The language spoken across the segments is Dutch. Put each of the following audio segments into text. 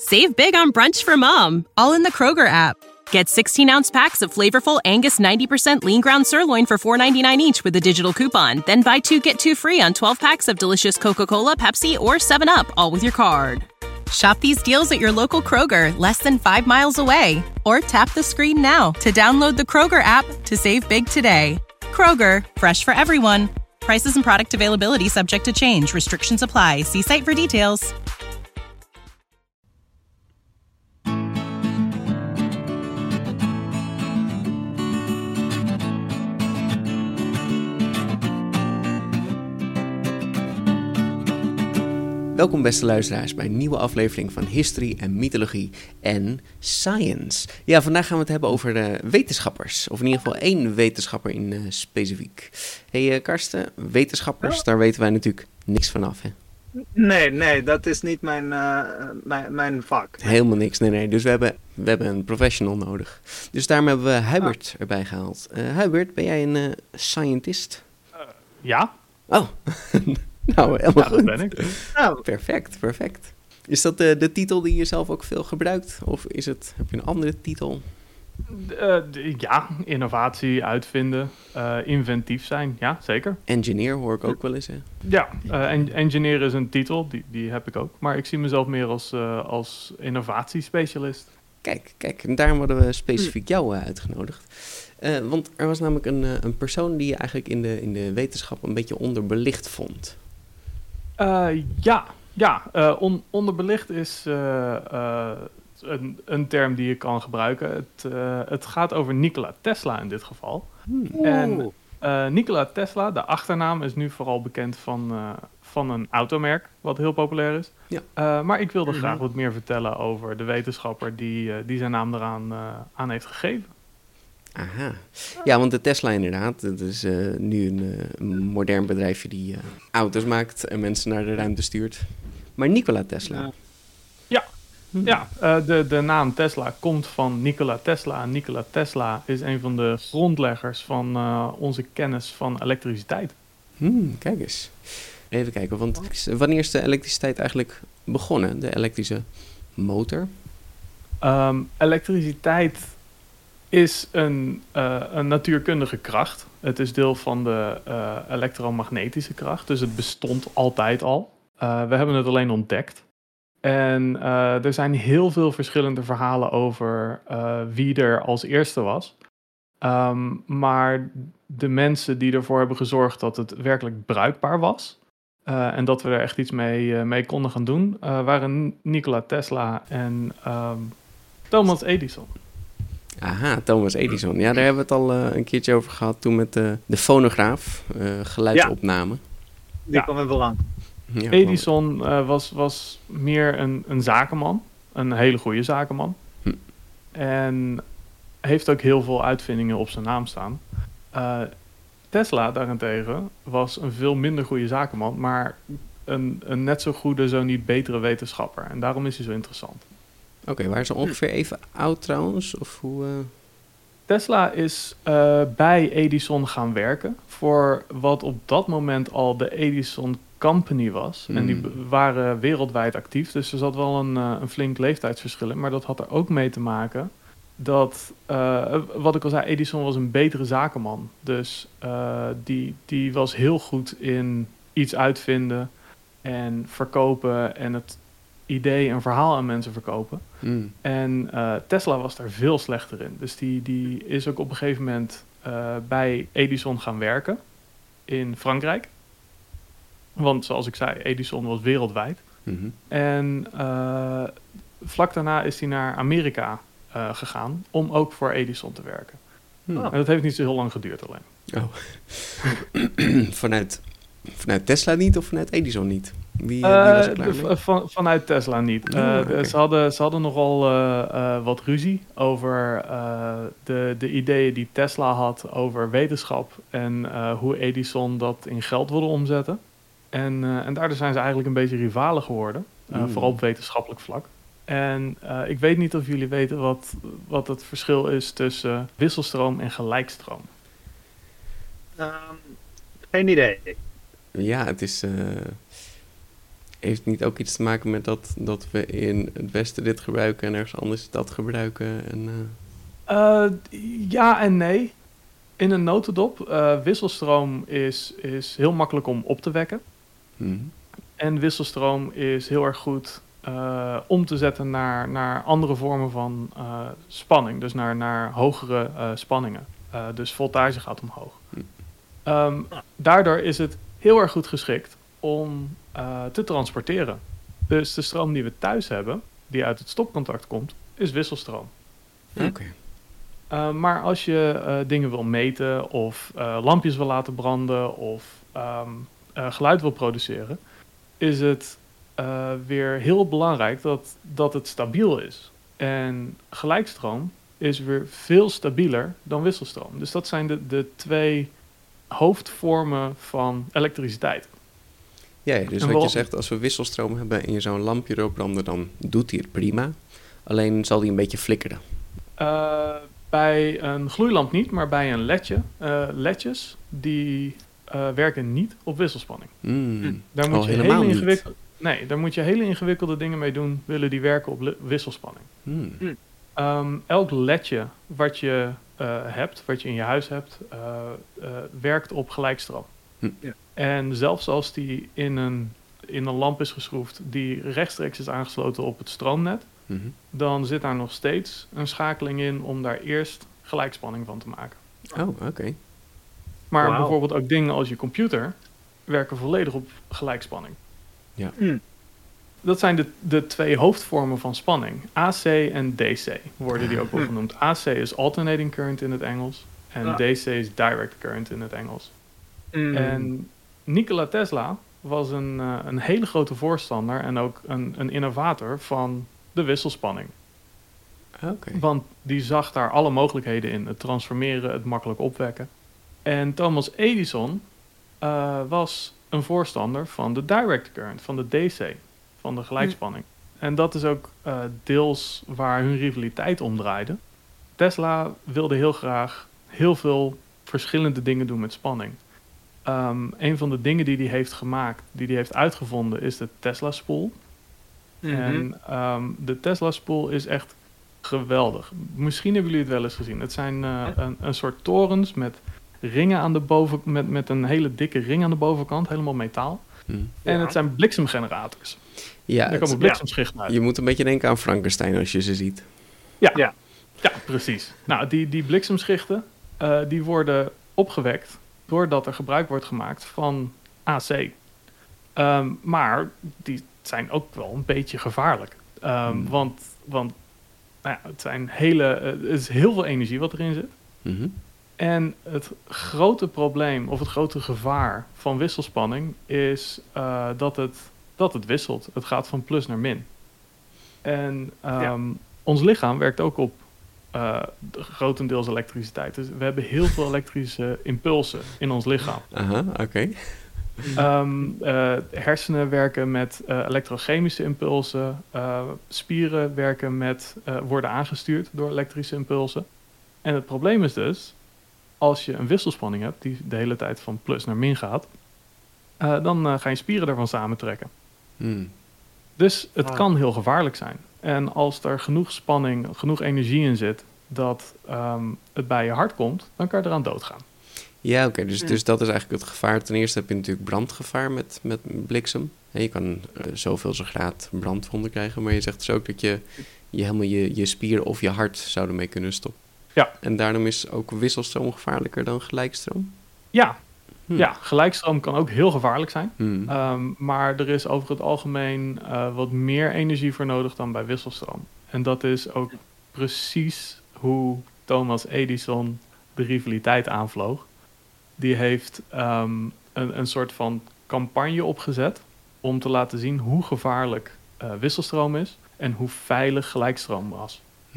Save big on brunch for mom, all in the Kroger app. Get 16-ounce packs of flavorful Angus 90% lean ground sirloin for $4.99 each with a digital coupon. Then buy 2, get 2 free on 12 packs of delicious Coca-Cola, Pepsi, or 7-Up, all with your card. Shop these deals at your local Kroger, less than 5 miles away. Or tap the screen now to download the Kroger app to save big today. Kroger, fresh for everyone. Prices and product availability subject to change. Restrictions apply. See site for details. Welkom beste luisteraars bij een nieuwe aflevering van History en Mythologie en Science. Ja, vandaag gaan we het hebben over wetenschappers, of in ieder geval één wetenschapper in specifiek. Hey Karsten, wetenschappers, daar weten wij natuurlijk niks van af, hè? Nee, dat is niet mijn vak. Helemaal niks, nee. Dus we hebben een professional nodig. Dus daarom hebben we Hubert erbij gehaald. Hubert, ben jij een scientist? Ja. Oh, nou, helemaal goed. Dat ben ik. Nou, Perfect. Is dat de titel die je zelf ook veel gebruikt? Of heb je een andere titel? Ja, innovatie, uitvinden, inventief zijn, ja, zeker. Engineer hoor ik ook wel eens, hè? Ja, engineer is een titel, die heb ik ook. Maar ik zie mezelf meer als innovatiespecialist. Kijk, en daarom hadden we specifiek jou uitgenodigd. Want er was namelijk een persoon die je eigenlijk in de wetenschap een beetje onderbelicht vond. Onderbelicht is een term die je kan gebruiken. Het gaat over Nikola Tesla in dit geval. En Nikola Tesla, de achternaam, is nu vooral bekend van een automerk, wat heel populair is. Ja. Maar ik wilde graag wat meer vertellen over de wetenschapper die zijn naam eraan aan heeft gegeven. Aha. Ja, want de Tesla inderdaad, dat is nu een modern bedrijfje die auto's maakt en mensen naar de ruimte stuurt. Maar Nikola Tesla. Ja, de naam Tesla komt van Nikola Tesla. En Nikola Tesla is een van de grondleggers van onze kennis van elektriciteit. Kijk eens. Even kijken, want wanneer is de elektriciteit eigenlijk begonnen? De elektrische motor? Elektriciteit is een natuurkundige kracht. Het is deel van de elektromagnetische kracht. Dus het bestond altijd al. We hebben het alleen ontdekt. En er zijn heel veel verschillende verhalen over wie er als eerste was. Maar de mensen die ervoor hebben gezorgd dat het werkelijk bruikbaar was... en dat we er echt iets mee konden gaan doen... waren Nikola Tesla en Thomas Edison. Aha, Thomas Edison. Ja, daar hebben we het al een keertje over gehad toen met de fonograaf, geluidsopname. die kwam in belang. Ja, Edison was meer een zakenman. Een hele goede zakenman. En heeft ook heel veel uitvindingen op zijn naam staan. Tesla daarentegen was een veel minder goede zakenman, maar een net zo goede, zo niet betere wetenschapper. En daarom is hij zo interessant. Oké, waren ze ongeveer even oud trouwens? Of hoe? Tesla is bij Edison gaan werken voor wat op dat moment al de Edison Company was. En die waren wereldwijd actief, dus er zat wel een flink leeftijdsverschil in. Maar dat had er ook mee te maken dat, wat ik al zei, Edison was een betere zakenman. Dus die was heel goed in iets uitvinden en verkopen en het idee en verhaal aan mensen verkopen. En Tesla was daar veel slechter in. Dus die is ook op een gegeven moment bij Edison gaan werken in Frankrijk. Want zoals ik zei, Edison was wereldwijd. En vlak daarna is hij naar Amerika gegaan om ook voor Edison te werken. En dat heeft niet zo heel lang geduurd alleen. Vanuit Tesla niet of vanuit Edison niet? Wie was er klaar mee? Vanuit Tesla niet. Okay. Ze hadden nogal wat ruzie over de ideeën die Tesla had over wetenschap en hoe Edison dat in geld wilde omzetten. En daardoor zijn ze eigenlijk een beetje rivalen geworden, vooral op wetenschappelijk vlak. En ik weet niet of jullie weten wat het verschil is tussen wisselstroom en gelijkstroom. Geen idee. Ja, het is heeft het niet ook iets te maken met dat we in het westen dit gebruiken en ergens anders dat gebruiken? En, Ja en nee. In een notendop, wisselstroom is heel makkelijk om op te wekken. En wisselstroom is heel erg goed om te zetten naar andere vormen van spanning. Dus naar hogere spanningen. Dus voltage gaat omhoog. Daardoor is het heel erg goed geschikt om te transporteren. Dus de stroom die we thuis hebben, die uit het stopcontact komt, is wisselstroom. Oké. Maar als je dingen wil meten of lampjes wil laten branden of geluid wil produceren, is het weer heel belangrijk dat het stabiel is. En gelijkstroom is weer veel stabieler dan wisselstroom. Dus dat zijn de twee hoofdvormen van elektriciteit. Ja, dus wat je zegt, als we wisselstroom hebben en je zou een lampje erop branden, dan doet hij het prima. Alleen zal hij een beetje flikkeren. Bij een gloeilamp niet, maar bij een ledje. Ledjes die werken niet op wisselspanning. Daar moet daar moet je hele ingewikkelde dingen mee doen, willen die werken op wisselspanning. Elk ledje wat je hebt, wat je in je huis hebt, werkt op gelijkstroom. Ja. En zelfs als die in een lamp is geschroefd die rechtstreeks is aangesloten op het stroomnet, dan zit daar nog steeds een schakeling in om daar eerst gelijkspanning van te maken. Oh, oké. Maar bijvoorbeeld ook dingen als je computer werken volledig op gelijkspanning. Ja. Dat zijn de twee hoofdvormen van spanning. AC en DC worden die ook wel genoemd. AC is alternating current in het Engels. En DC is direct current in het Engels. En Nikola Tesla was een hele grote voorstander en ook een innovator van de wisselspanning. Okay. Want die zag daar alle mogelijkheden in. Het transformeren, het makkelijk opwekken. En Thomas Edison was een voorstander van de direct current, van de DC, van de gelijkspanning. En dat is ook deels waar hun rivaliteit om draaide. Tesla wilde heel graag heel veel verschillende dingen doen met spanning. Een van de dingen die hij heeft gemaakt, die hij heeft uitgevonden, is de Tesla-spoel. En de Tesla-spoel is echt geweldig. Misschien hebben jullie het wel eens gezien. Het zijn een soort torens met ringen aan de bovenkant, met een hele dikke ring aan de bovenkant, helemaal metaal. En het zijn bliksemgenerators. Ja, daar komen bliksemschichten uit. Je moet een beetje denken aan Frankenstein als je ze ziet. Ja, precies. Nou, die bliksemschichten, die worden opgewekt doordat er gebruik wordt gemaakt van AC. Maar die zijn ook wel een beetje gevaarlijk. Want het is heel veel energie wat erin zit. En het grote probleem of het grote gevaar van wisselspanning is dat het wisselt. Het gaat van plus naar min. En ons lichaam werkt ook op grotendeels elektriciteit. Dus we hebben heel veel elektrische impulsen in ons lichaam. Oké. Hersenen werken met elektrochemische impulsen. Spieren worden aangestuurd door elektrische impulsen. En het probleem is dus, als je een wisselspanning hebt die de hele tijd van plus naar min gaat, dan gaan je spieren daarvan samentrekken. Dus het kan heel gevaarlijk zijn. En als er genoeg spanning, genoeg energie in zit, dat het bij je hart komt, dan kan je eraan doodgaan. Ja, oké. Dus dat is eigenlijk het gevaar. Ten eerste heb je natuurlijk brandgevaar met bliksem. En je kan zoveel graad brandwonden krijgen, maar je zegt dus ook dat je helemaal je spier of je hart zou ermee kunnen stoppen. Ja. En daarom is ook wisselstroom gevaarlijker dan gelijkstroom? Ja. Ja, gelijkstroom kan ook heel gevaarlijk zijn. Maar er is over het algemeen wat meer energie voor nodig dan bij wisselstroom. En dat is ook precies hoe Thomas Edison de rivaliteit aanvloog. Die heeft een soort van campagne opgezet om te laten zien hoe gevaarlijk wisselstroom is en hoe veilig gelijkstroom was.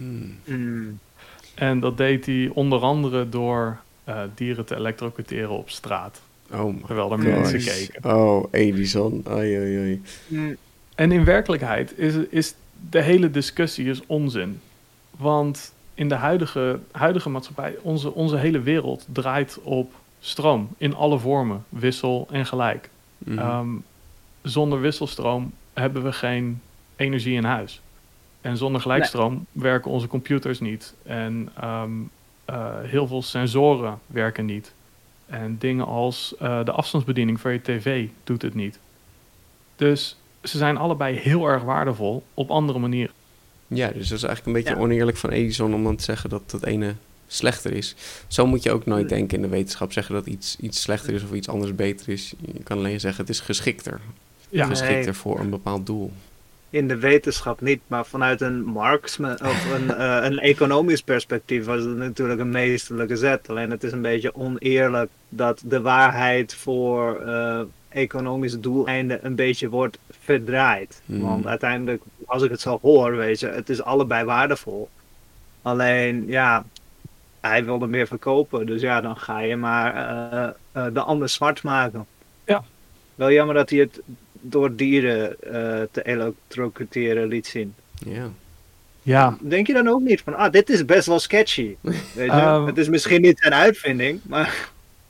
En dat deed hij onder andere door dieren te elektrocuteren op straat. Terwijl er mensen keken. Oh, Edison. Oei. En in werkelijkheid is de hele discussie is onzin. Want in de huidige maatschappij, onze hele wereld draait op stroom in alle vormen, wissel en gelijk. Zonder wisselstroom hebben we geen energie in huis. En zonder gelijkstroom werken onze computers niet. En heel veel sensoren werken niet. En dingen als de afstandsbediening voor je tv doet het niet. Dus ze zijn allebei heel erg waardevol op andere manieren. Ja, dus dat is eigenlijk een beetje oneerlijk van Edison om dan te zeggen dat het ene slechter is. Zo moet je ook nooit denken in de wetenschap. Zeggen dat iets slechter is of iets anders beter is. Je kan alleen zeggen het is geschikter. Ja. Geschikter voor een bepaald doel. In de wetenschap niet, maar vanuit een Marxisme of een economisch perspectief was het natuurlijk een meesterlijke zet. Alleen het is een beetje oneerlijk dat de waarheid voor economische doeleinden een beetje wordt verdraaid. Want uiteindelijk, als ik het zo hoor, weet je, het is allebei waardevol. Alleen, ja, hij wilde meer verkopen, dus ja, dan ga je maar de ander zwart maken. Ja. Wel jammer dat hij het door dieren te elektrocuteren liet zien. Ja. Denk je dan ook niet van, dit is best wel sketchy. Weet je? Het is misschien niet zijn uitvinding, maar...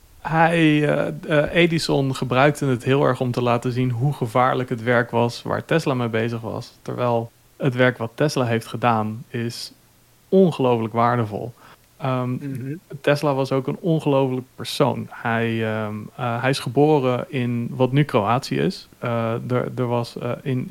Edison gebruikte het heel erg om te laten zien hoe gevaarlijk het werk was waar Tesla mee bezig was. Terwijl het werk wat Tesla heeft gedaan is ongelooflijk waardevol. Tesla was ook een ongelooflijk persoon. Hij is geboren in wat nu Kroatië is. Er was in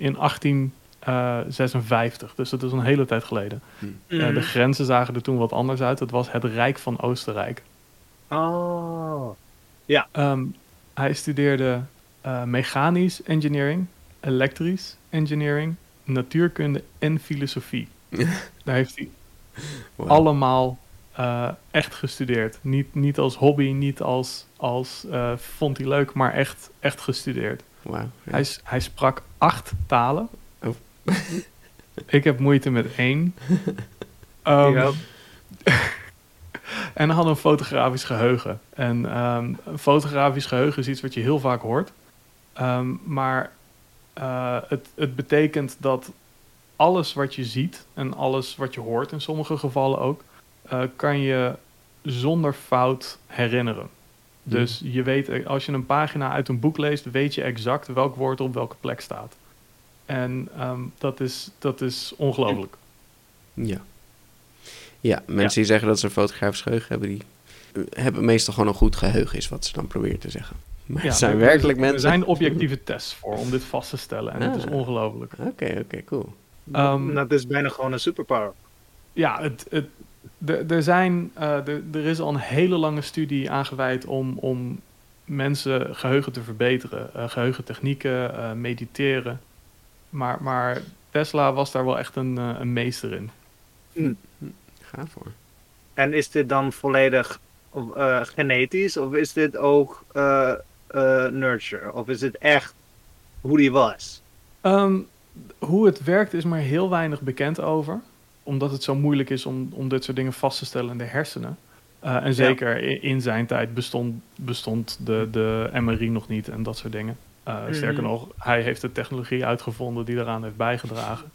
1856, dus dat is een hele tijd geleden. De grenzen zagen er toen wat anders uit. Het was het Rijk van Oostenrijk. Oh, ja. Hij studeerde mechanisch engineering, elektrisch engineering, natuurkunde en filosofie. Daar heeft hij allemaal echt gestudeerd. Niet als hobby, niet als vond hij leuk, maar echt gestudeerd. Wow, ja. Hij sprak 8 talen. Oh. Ik heb moeite met 1. En hij had een fotografisch geheugen. En een fotografisch geheugen is iets wat je heel vaak hoort. Maar het betekent dat alles wat je ziet en alles wat je hoort, in sommige gevallen ook, kan je zonder fout herinneren. Dus je weet, als je een pagina uit een boek leest, weet je exact welk woord op welke plek staat. En dat is ongelooflijk. Ja. Ja, mensen die zeggen dat ze een fotografisch geheugen hebben, die hebben meestal gewoon een goed geheugen, is wat ze dan proberen te zeggen. Maar het zijn werkelijk mensen... Er zijn objectieve tests voor om dit vast te stellen. En het is ongelooflijk. Oké, cool. Dat is bijna gewoon een superpower. Ja, er is al een hele lange studie aangeweid om mensen geheugen te verbeteren. Geheugentechnieken, mediteren. Maar Tesla was daar wel echt een meester in. Ga voor. En is dit dan volledig genetisch? Of is dit ook nurture? Of is het echt hoe die was? Hoe het werkt is maar heel weinig bekend over. Omdat het zo moeilijk is om dit soort dingen vast te stellen in de hersenen. En zeker in zijn tijd bestond de MRI nog niet en dat soort dingen. Sterker nog, hij heeft de technologie uitgevonden die eraan heeft bijgedragen.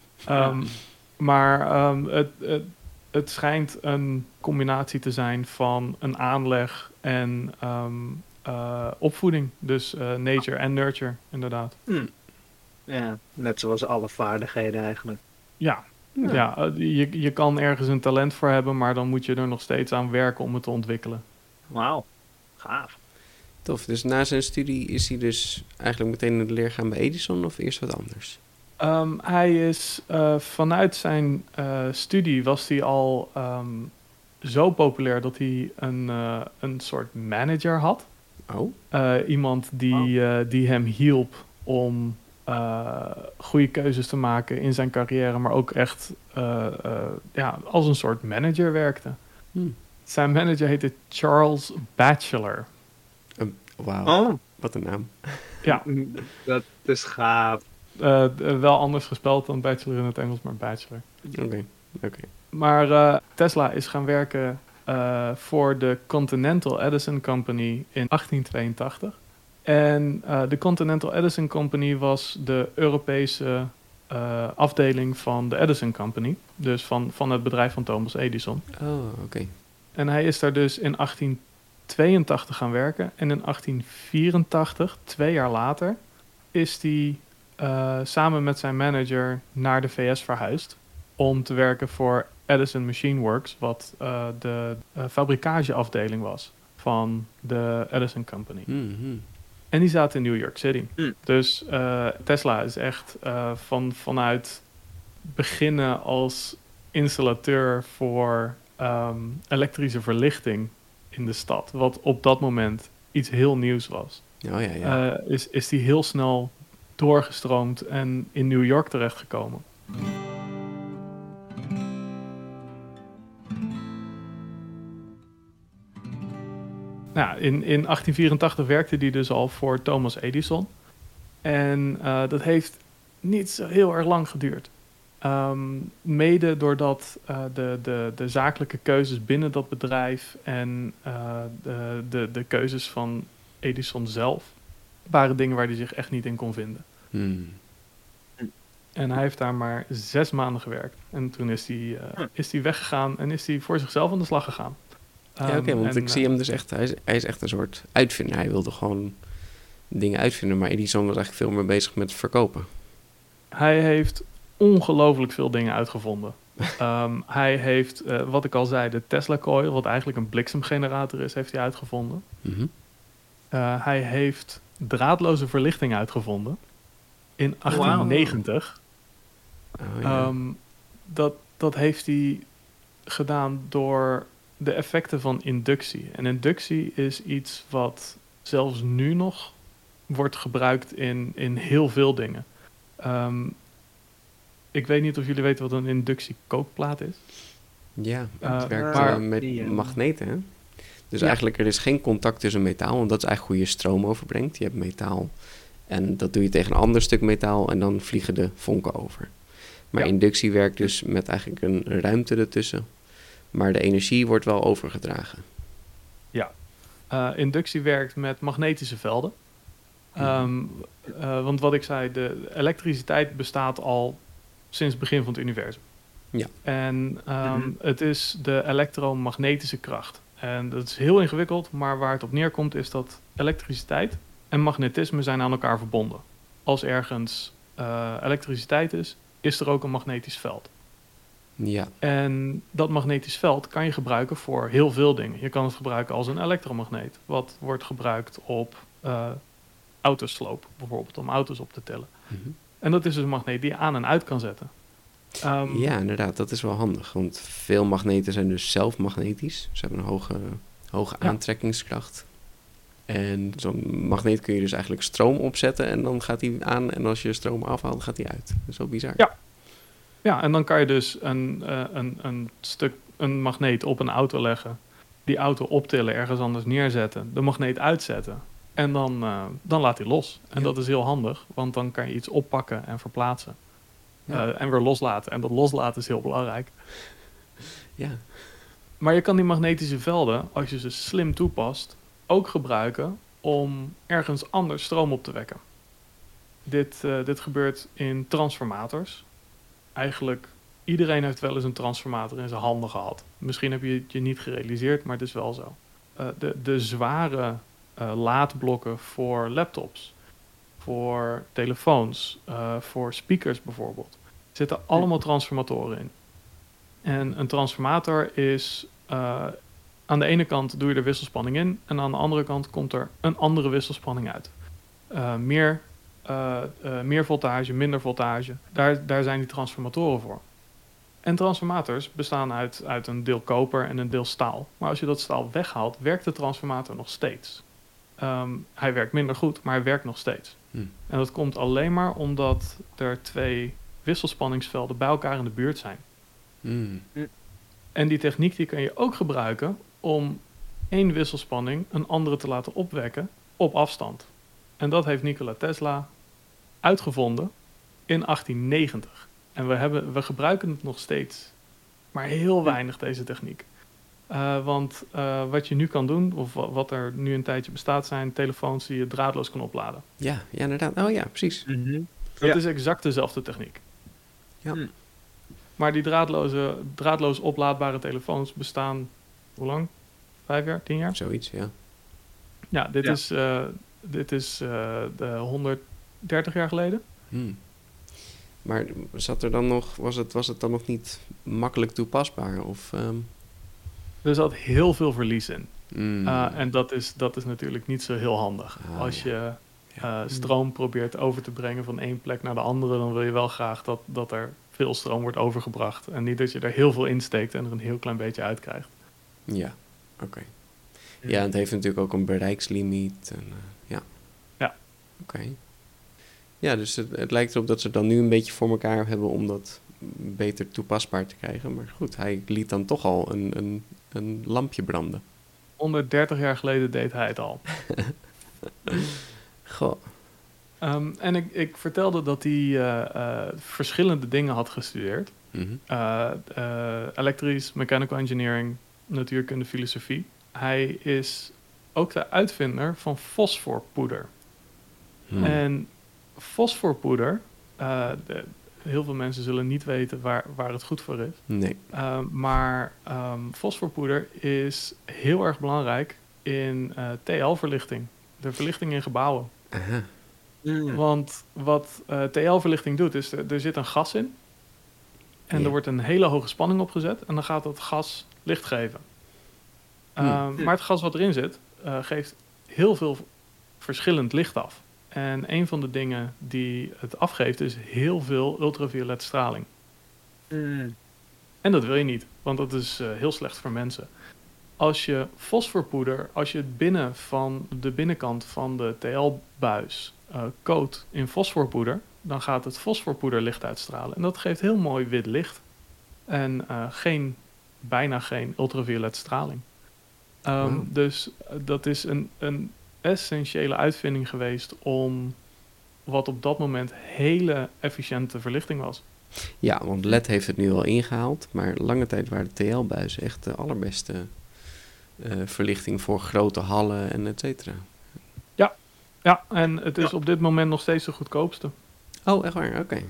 Maar het schijnt een combinatie te zijn van een aanleg en opvoeding. Dus nature en nurture, inderdaad. Ja, net zoals alle vaardigheden eigenlijk. Ja. Je kan ergens een talent voor hebben, maar dan moet je er nog steeds aan werken om het te ontwikkelen. Wauw, gaaf. Tof, dus na zijn studie is hij dus eigenlijk meteen in de leer gaan bij Edison of eerst wat anders? Hij is vanuit zijn studie was hij al zo populair dat hij een soort manager had. Oh. Iemand die hem hielp om goede keuzes te maken in zijn carrière, maar ook echt als een soort manager werkte. Zijn manager heette Charles Batchelor. Wauw, Oh. Wat een naam. Ja. Dat is gaaf. Wel anders gespeld dan bachelor in het Engels, maar bachelor. Oké. Maar Tesla is gaan werken voor de Continental Edison Company in 1882. En de Continental Edison Company was de Europese afdeling van de Edison Company. Dus van het bedrijf van Thomas Edison. Oh, oké. En hij is daar dus in 1882 gaan werken. En in 1884, 2 jaar later, is hij samen met zijn manager naar de VS verhuisd om te werken voor Edison Machine Works, wat de fabrikageafdeling was van de Edison Company. Mhm. En die zaten in New York City. Mm. Dus Tesla is echt vanuit beginnen als installateur voor elektrische verlichting in de stad, wat op dat moment iets heel nieuws was. Oh ja. Is die heel snel doorgestroomd en in New York terechtgekomen. Nou, in 1884 werkte hij dus al voor Thomas Edison. En dat heeft niet zo heel erg lang geduurd. Mede doordat de zakelijke keuzes binnen dat bedrijf en de keuzes van Edison zelf waren dingen waar hij zich echt niet in kon vinden. En hij heeft daar maar 6 maanden gewerkt. En toen is hij weggegaan en is hij voor zichzelf aan de slag gegaan. Ja, oké, want ik zie hem dus echt... Hij is echt een soort uitvinder. Hij wilde gewoon dingen uitvinden. Maar Edison was eigenlijk veel meer bezig met verkopen. Hij heeft ongelooflijk veel dingen uitgevonden. Hij heeft, wat ik al zei, de Tesla coil, wat eigenlijk een bliksemgenerator is, heeft hij uitgevonden. Mhm. Hij heeft draadloze verlichting uitgevonden in 1890. Oh, ja. Dat heeft hij gedaan door de effecten van inductie. En inductie is iets wat zelfs nu nog wordt gebruikt in heel veel dingen. Ik weet niet of jullie weten wat een inductiekookplaat is. Ja, het werkt maar met magneten, hè? Dus Ja. eigenlijk er is geen contact tussen metaal, want dat is eigenlijk hoe je stroom overbrengt. Je hebt metaal en dat doe je tegen een ander stuk metaal en dan vliegen de vonken over. Maar Ja. inductie werkt dus met eigenlijk een ruimte ertussen, maar de energie wordt wel overgedragen. Inductie werkt met magnetische velden. Want wat ik zei, de elektriciteit bestaat al sinds het begin van het universum. Ja. En het is de elektromagnetische kracht. En dat is heel ingewikkeld, maar waar het op neerkomt is dat elektriciteit en magnetisme zijn aan elkaar verbonden. Als ergens elektriciteit is er ook een magnetisch veld. Ja, En dat magnetisch veld kan je gebruiken voor heel veel dingen. Je kan het gebruiken als een elektromagneet. Wat wordt gebruikt op autosloop, bijvoorbeeld, om auto's op te tillen. Mhm. En dat is dus een magneet die je aan en uit kan zetten. Ja, inderdaad, dat is wel handig. Want veel magneten zijn dus zelf magnetisch. Ze hebben een hoge Ja. aantrekkingskracht. En zo'n magneet kun je dus eigenlijk stroom opzetten en dan gaat hij aan. En als je stroom afhaalt, gaat hij uit. Dat is wel bizar. Ja. Ja, en dan kan je dus een magneet op een auto leggen. Die auto optillen, ergens anders neerzetten. De magneet uitzetten. En dan laat hij los. En Ja. dat is heel handig, want dan kan je iets oppakken en verplaatsen. Ja. En weer loslaten. En dat loslaten is heel belangrijk. Ja. Maar je kan die magnetische velden, als je ze slim toepast, ook gebruiken om ergens anders stroom op te wekken. Dit gebeurt in transformators. Eigenlijk iedereen heeft wel eens een transformator in zijn handen gehad. Misschien heb je het je niet gerealiseerd, maar het is wel zo. De zware laadblokken voor laptops, voor telefoons, voor speakers bijvoorbeeld, zitten allemaal transformatoren in. En een transformator is, aan de ene kant doe je er wisselspanning in en aan de andere kant komt er een andere wisselspanning uit. Meer voltage, minder voltage, daar zijn die transformatoren voor. En transformators bestaan uit een deel koper en een deel staal. Maar als je dat staal weghaalt, werkt de transformator nog steeds. Hij werkt minder goed, maar hij werkt nog steeds. En dat komt alleen maar omdat er 2 wisselspanningsvelden bij elkaar in de buurt zijn. En die techniek die kan je ook gebruiken om 1 wisselspanning een andere te laten opwekken op afstand. En dat heeft Nikola Tesla uitgevonden in 1890. En we gebruiken het nog steeds, maar heel weinig deze techniek. Want wat je nu kan doen, of wat er nu een tijdje bestaat, zijn telefoons die je draadloos kan opladen. Ja, inderdaad. Oh ja, precies. Dat is exact dezelfde techniek. Ja. Maar die draadloos oplaadbare telefoons bestaan, hoe lang? 5 jaar? 10 jaar? Zoiets, ja. Ja, dit is 130 jaar geleden. Maar was het dan nog niet makkelijk toepasbaar? Of, Er zat heel veel verlies in. mm, En dat is natuurlijk niet zo heel handig. Als je stroom probeert over te brengen van één plek naar de andere, dan wil je wel graag dat er veel stroom wordt overgebracht. En niet dat je er heel veel insteekt en er een heel klein beetje uitkrijgt. Ja, oké. Ja, en het heeft natuurlijk ook een bereikslimiet. En, ja. Ja. Oké. Ja, dus het lijkt erop dat ze dan nu een beetje voor elkaar hebben om dat beter toepasbaar te krijgen. Maar goed, hij liet dan toch al een lampje branden. 130 jaar geleden deed hij het al. Goh. En ik vertelde dat hij verschillende dingen had gestudeerd. Mhm. Elektrisch, mechanical engineering, natuurkunde, filosofie. Hij is ook de uitvinder van fosforpoeder. En fosforpoeder, heel veel mensen zullen niet weten waar het goed voor is. Nee. Maar fosforpoeder is heel erg belangrijk in TL-verlichting. De verlichting in gebouwen. Aha. Want wat TL-verlichting doet, is er zit een gas in. En Ja. er wordt een hele hoge spanning opgezet. En dan gaat dat gas licht geven. Maar het gas wat erin zit, geeft heel veel verschillend licht af. En een van de dingen die het afgeeft, is heel veel ultraviolet straling. En dat wil je niet, want dat is heel slecht voor mensen. Als je fosforpoeder, als je het binnen van de binnenkant van de TL-buis coat in fosforpoeder, dan gaat het fosforpoeder licht uitstralen. En dat geeft heel mooi wit licht. En bijna geen ultraviolet straling. Dus dat is een essentiële uitvinding geweest om wat op dat moment hele efficiënte verlichting was. Ja, want LED heeft het nu al ingehaald, maar lange tijd waren de TL-buizen echt de allerbeste verlichting voor grote hallen en et cetera. Ja, en het is op dit moment nog steeds de goedkoopste. Oh, echt waar? Oké.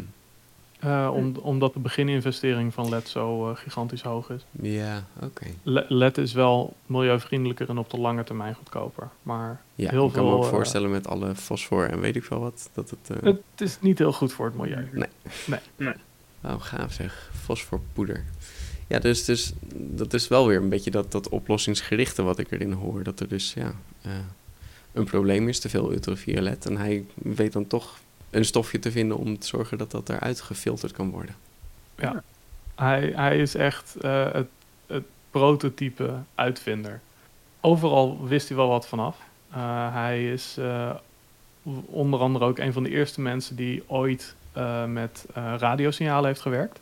Omdat de begininvestering van LED zo gigantisch hoog is. Ja, oké. LED is wel milieuvriendelijker en op de lange termijn goedkoper. Maar Ja, heel ik kan veel, me ook voorstellen met alle fosfor en weet ik veel wat, dat het... Het is niet heel goed voor het milieu. Nee. Oh, gaaf zeg. Fosforpoeder. Ja, dus dat is wel weer een beetje dat oplossingsgerichte wat ik erin hoor. Dat er dus, een probleem is, te veel ultraviolet. En hij weet dan toch een stofje te vinden om te zorgen dat dat eruit gefilterd kan worden. Ja, hij is echt het prototype uitvinder. Overal wist hij wel wat vanaf. Hij is onder andere ook een van de eerste mensen die ooit met radiosignalen heeft gewerkt.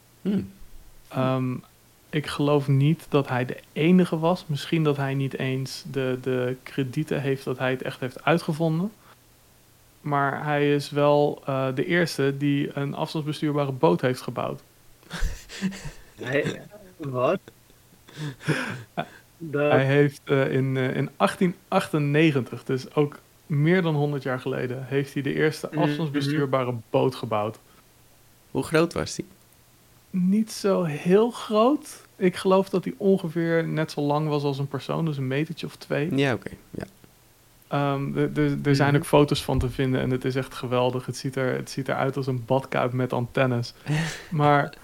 Ik geloof niet dat hij de enige was. Misschien dat hij niet eens de kredieten heeft dat hij het echt heeft uitgevonden. Maar hij is wel de eerste die een afstandsbestuurbare boot heeft gebouwd. Wat? Hij heeft in 1898, dus ook meer dan 100 jaar geleden, heeft hij de eerste afstandsbestuurbare boot gebouwd. Hoe groot was die? Niet zo heel groot. Ik geloof dat hij ongeveer net zo lang was als een persoon, dus een metertje of 2. Ja, oké. Ja. Er zijn ook foto's van te vinden en het is echt geweldig. Het ziet eruit als een badkuip met antennes. Maar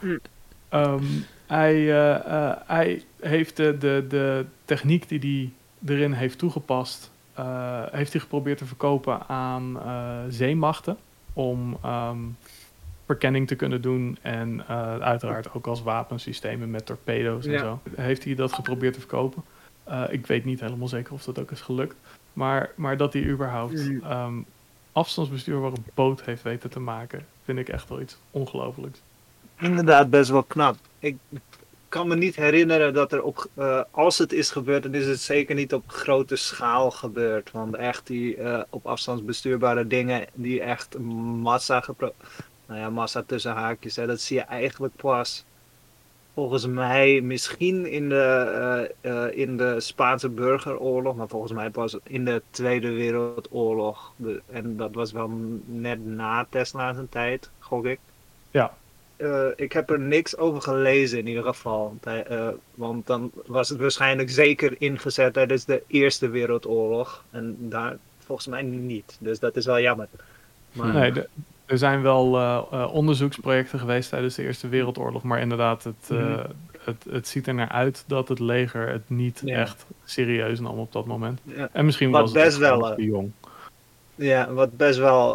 hij heeft de techniek die hij erin heeft toegepast, heeft hij geprobeerd te verkopen aan zeemachten om verkenning te kunnen doen en uiteraard ook als wapensystemen met torpedo's en zo. Heeft hij dat geprobeerd te verkopen? Ik weet niet helemaal zeker of dat ook is gelukt. Maar dat hij überhaupt afstandsbestuurbare boot heeft weten te maken, vind ik echt wel iets ongelooflijks. Inderdaad, best wel knap. Ik kan me niet herinneren dat er als het is gebeurd, dan is het zeker niet op grote schaal gebeurd. Want echt die op afstandsbestuurbare dingen die echt massa tussen haakjes, dat zie je eigenlijk pas volgens mij misschien in de Spaanse burgeroorlog, maar volgens mij pas in de Tweede Wereldoorlog. En dat was wel net na Tesla zijn tijd, gok ik. Ja. Ik heb er niks over gelezen in ieder geval. Want dan was het waarschijnlijk zeker ingezet tijdens de Eerste Wereldoorlog. En daar volgens mij niet. Dus dat is wel jammer. Maar... Nee, Er zijn wel onderzoeksprojecten geweest tijdens de Eerste Wereldoorlog, maar inderdaad, het ziet er naar uit dat het leger het niet echt serieus nam op dat moment. Ja. En misschien Wat was het best gewoon wel, nog te jong. Ja, wat best wel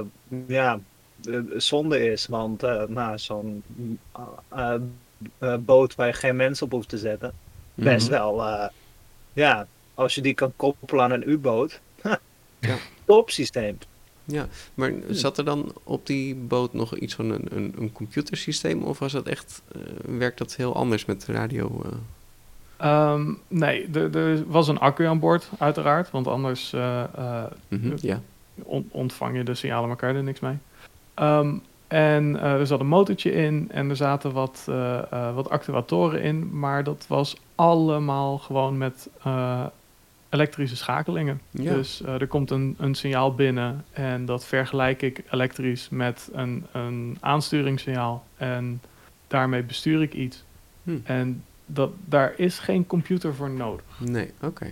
zonde is, want zo'n boot waar je geen mensen op hoeft te zetten, best wel, als je die kan koppelen aan een U-boot, top systeem. Ja, maar zat er dan op die boot nog iets van een computersysteem of was dat echt, werkt dat heel anders met radio? Nee, er was een accu aan boord, uiteraard, want anders ontvang je de signalen elkaar er niks mee. En er zat een motortje in en er zaten wat actuatoren in, maar dat was allemaal gewoon met elektrische schakelingen. Ja. Dus er komt een signaal binnen en dat vergelijk ik elektrisch met een aansturingssignaal en daarmee bestuur ik iets. En daar is geen computer voor nodig. Nee, oké.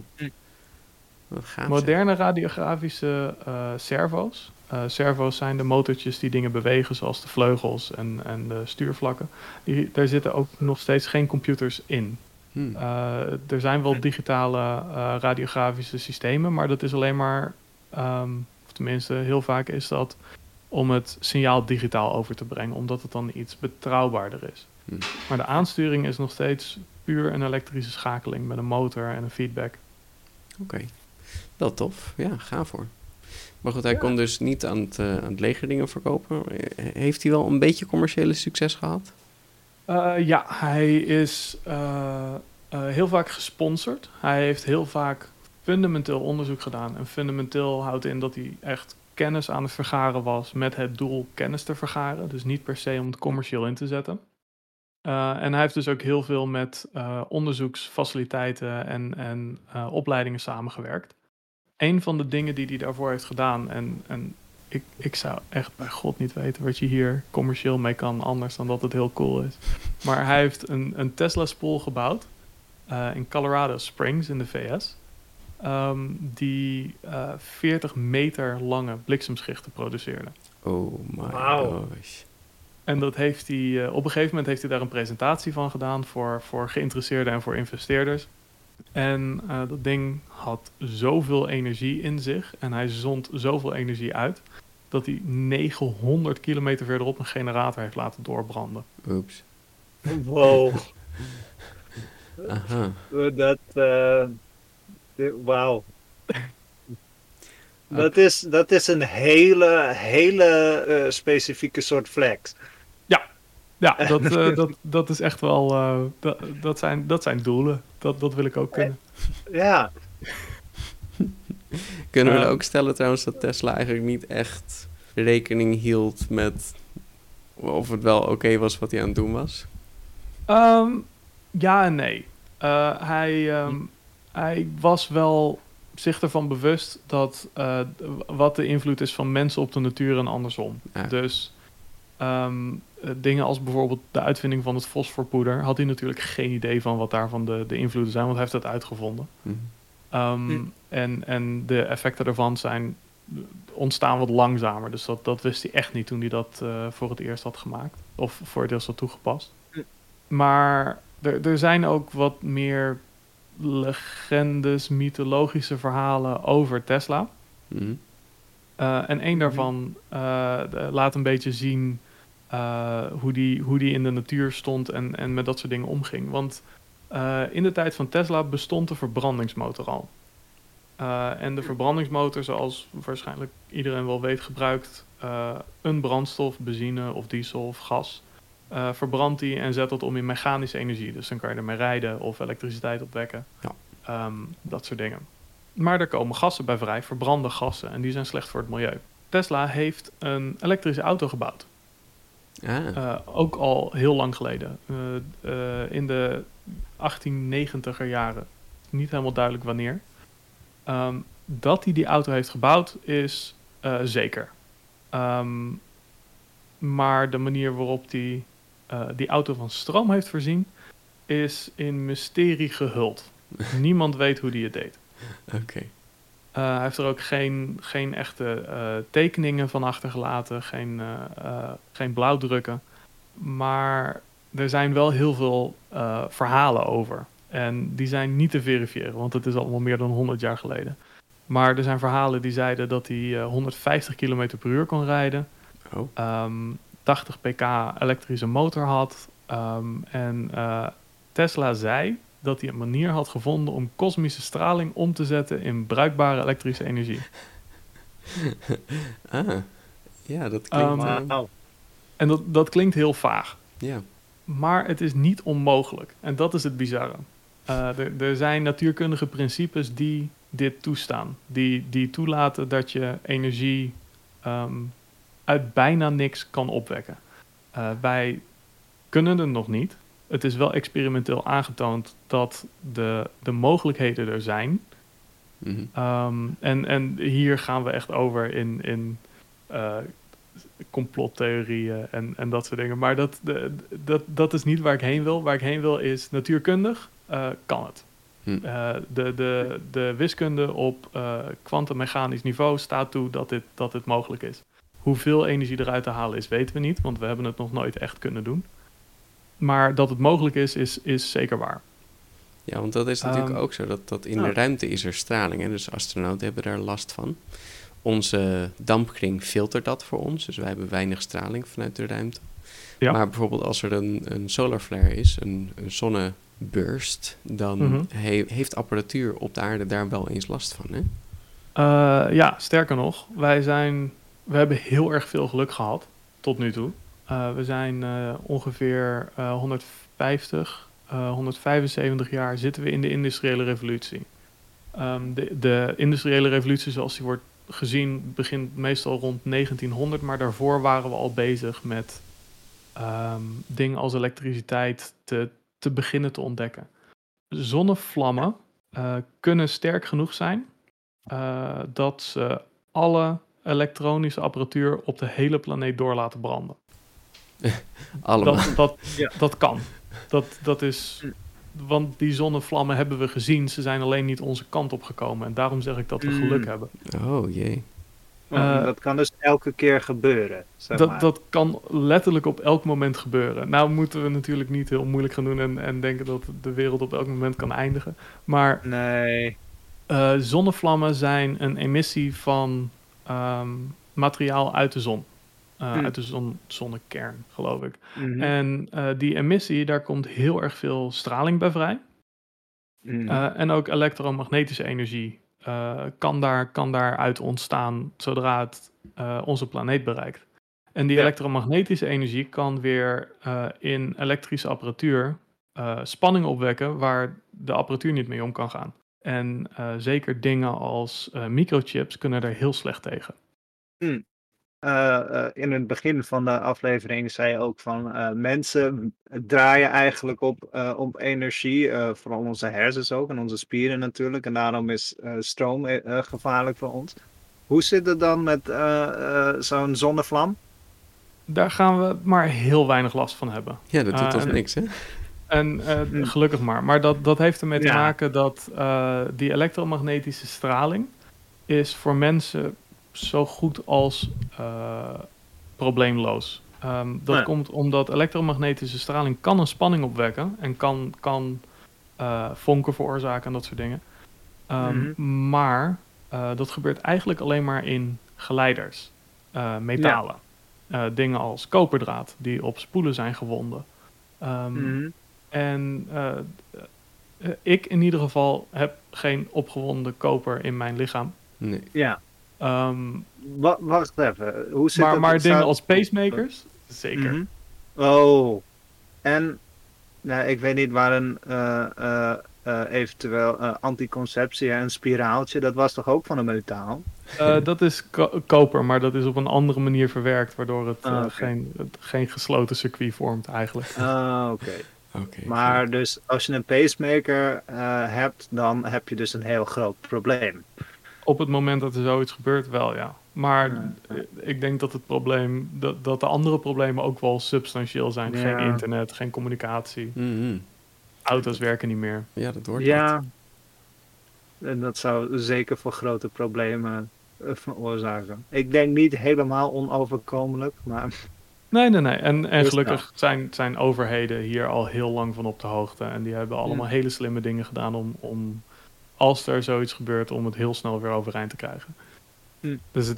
Wat gaaf. Moderne radiografische servo's. Servo's zijn de motortjes die dingen bewegen, zoals de vleugels en de stuurvlakken. Daar zitten ook nog steeds geen computers in. Er zijn wel digitale radiografische systemen, maar dat is alleen maar, of tenminste heel vaak is dat om het signaal digitaal over te brengen, omdat het dan iets betrouwbaarder is. Maar de aansturing is nog steeds puur een elektrische schakeling met een motor en een feedback. Oké, wel tof. Ja, gaaf hoor. Maar goed, hij kon dus niet aan het leger dingen verkopen. Heeft hij wel een beetje commerciële succes gehad? Ja, hij is heel vaak gesponsord. Hij heeft heel vaak fundamenteel onderzoek gedaan. En fundamenteel houdt in dat hij echt kennis aan het vergaren was met het doel kennis te vergaren. Dus niet per se om het commercieel in te zetten. En hij heeft dus ook heel veel met onderzoeksfaciliteiten en opleidingen samengewerkt. Een van de dingen die hij daarvoor heeft gedaan, en ik zou echt bij God niet weten wat je hier commercieel mee kan, anders dan dat het heel cool is. Maar hij heeft een Tesla-spool gebouwd in Colorado Springs in de VS. Die 40 meter lange bliksemschichten produceerde. Oh my gosh. En dat heeft hij, op een gegeven moment heeft hij daar een presentatie van gedaan voor geïnteresseerden en voor investeerders. En dat ding had zoveel energie in zich en hij zond zoveel energie uit, dat hij 900 kilometer verderop een generator heeft laten doorbranden. Oeps. Wow. Aha. Wauw. Dat is een hele specifieke soort flex. Ja, dat is echt wel, dat zijn doelen. Dat wil ik ook kunnen. Ja. Kunnen we ook stellen trouwens dat Tesla eigenlijk niet echt rekening hield met of het wel oké was wat hij aan het doen was? Ja en nee. Hij was wel zich ervan bewust dat wat de invloed is van mensen op de natuur en andersom. Ja. Dus dingen als bijvoorbeeld de uitvinding van het fosforpoeder had hij natuurlijk geen idee van wat daarvan de invloeden zijn, want hij heeft dat uitgevonden. En de effecten daarvan ontstaan wat langzamer. Dus dat wist hij echt niet toen hij dat voor het eerst had gemaakt. Of voor het eerst had toegepast. Maar er zijn ook wat meer legendes, mythologische verhalen over Tesla. En één daarvan laat een beetje zien hoe die in de natuur stond en met dat soort dingen omging. Want in de tijd van Tesla bestond de verbrandingsmotor al. En de verbrandingsmotor, zoals waarschijnlijk iedereen wel weet, gebruikt een brandstof, benzine of diesel of gas. Verbrandt die en zet dat om in mechanische energie. Dus dan kan je ermee rijden of elektriciteit opwekken. Ja. Dat soort dingen. Maar er komen gassen bij vrij, verbrande gassen. En die zijn slecht voor het milieu. Tesla heeft een elektrische auto gebouwd. Ook al heel lang geleden. In de 1890er jaren. Niet helemaal duidelijk wanneer. Dat hij die auto heeft gebouwd is zeker. Maar de manier waarop hij die auto van stroom heeft voorzien is in mysterie gehuld. Niemand weet hoe die het deed. Oké. Hij heeft er ook geen echte tekeningen van achtergelaten, geen blauwdrukken. Maar er zijn wel heel veel verhalen over. En die zijn niet te verifiëren, want het is allemaal meer dan 100 jaar geleden. Maar er zijn verhalen die zeiden dat hij 150 km per uur kon rijden. 80 pk elektrische motor had. En Tesla zei dat hij een manier had gevonden om kosmische straling om te zetten in bruikbare elektrische energie. Ja, dat klinkt... En dat klinkt heel vaag. Ja. Maar het is niet onmogelijk. En dat is het bizarre. Er zijn natuurkundige principes die dit toestaan. Die toelaten dat je energie uit bijna niks kan opwekken. Wij kunnen het nog niet. Het is wel experimenteel aangetoond dat de mogelijkheden er zijn. Mm-hmm. En hier gaan we echt over in complottheorieën en dat soort dingen. Maar dat is niet waar ik heen wil. Waar ik heen wil is natuurkundig kan het. De wiskunde op kwantummechanisch niveau staat toe dat dit mogelijk is. Hoeveel energie eruit te halen is, weten we niet, want we hebben het nog nooit echt kunnen doen. Maar dat het mogelijk is zeker waar. Ja, want dat is natuurlijk ook zo, dat in de ruimte is er straling. Hè? Dus astronauten hebben daar last van. Onze dampkring filtert dat voor ons, dus wij hebben weinig straling vanuit de ruimte. Ja. Maar bijvoorbeeld als er een solar flare is, een zonneburst, dan heeft apparatuur op de aarde daar wel eens last van, hè? Ja, sterker nog, we hebben heel erg veel geluk gehad tot nu toe. We zijn ongeveer 175 jaar zitten we in de industriële revolutie. De industriële revolutie zoals die wordt gezien begint meestal rond 1900, maar daarvoor waren we al bezig met dingen als elektriciteit te beginnen te ontdekken. Zonnevlammen kunnen sterk genoeg zijn dat ze alle elektronische apparatuur op de hele planeet door laten branden. Allemaal. Dat kan. Dat is... Want die zonnevlammen hebben we gezien. Ze zijn alleen niet onze kant op gekomen. En daarom zeg ik dat we geluk hebben. Oh jee. Dat kan dus elke keer gebeuren. Dat kan letterlijk op elk moment gebeuren. Nou moeten we natuurlijk niet heel moeilijk gaan doen en denken dat de wereld op elk moment kan eindigen. Maar nee. Zonnevlammen zijn een emissie van materiaal uit de zon. Uit de zonnekern, geloof ik. Mm-hmm. En die emissie, daar komt heel erg veel straling bij vrij. Mm-hmm. En ook elektromagnetische energie kan daaruit ontstaan zodra het onze planeet bereikt. En die elektromagnetische energie kan weer in elektrische apparatuur spanning opwekken waar de apparatuur niet mee om kan gaan. En zeker dingen als microchips kunnen daar heel slecht tegen. In het begin van de aflevering zei je ook van mensen draaien eigenlijk op energie, vooral onze hersens ook en onze spieren natuurlijk. En daarom is stroom gevaarlijk voor ons. Hoe zit het dan met zo'n zonnevlam? Daar gaan we maar heel weinig last van hebben. Ja, dat doet toch niks, hè? En gelukkig maar. Maar dat heeft ermee te maken dat die elektromagnetische straling is voor mensen zo goed als probleemloos. Dat komt omdat elektromagnetische straling kan een spanning opwekken en kan vonken veroorzaken en dat soort dingen. Maar dat gebeurt eigenlijk alleen maar in geleiders, metalen. Dingen als koperdraad die op spoelen zijn gewonden. En ik in ieder geval heb geen opgewonden koper in mijn lichaam. Nee. Ja. Wacht even. Hoe zit het? Maar dingen als pacemakers? Zeker. Mm-hmm. Oh. En ik weet niet waar een eventueel anticonceptie, een spiraaltje, dat was toch ook van een metaal? Dat is koper, maar dat is op een andere manier verwerkt, waardoor het geen gesloten circuit vormt eigenlijk. Oké. Maar dus als je een pacemaker hebt, dan heb je dus een heel groot probleem. Op het moment dat er zoiets gebeurt, wel ja. Maar ik denk dat het probleem, dat de andere problemen ook wel substantieel zijn. Ja. Geen internet, geen communicatie. Mm-hmm. Auto's werken niet meer. Ja, dat wordt En dat zou zeker voor grote problemen veroorzaken. Ik denk niet helemaal onoverkomelijk, maar... Nee. En Dus gelukkig zijn overheden hier al heel lang van op de hoogte. En die hebben allemaal hele slimme dingen gedaan om als er zoiets gebeurt, om het heel snel weer overeind te krijgen. Dus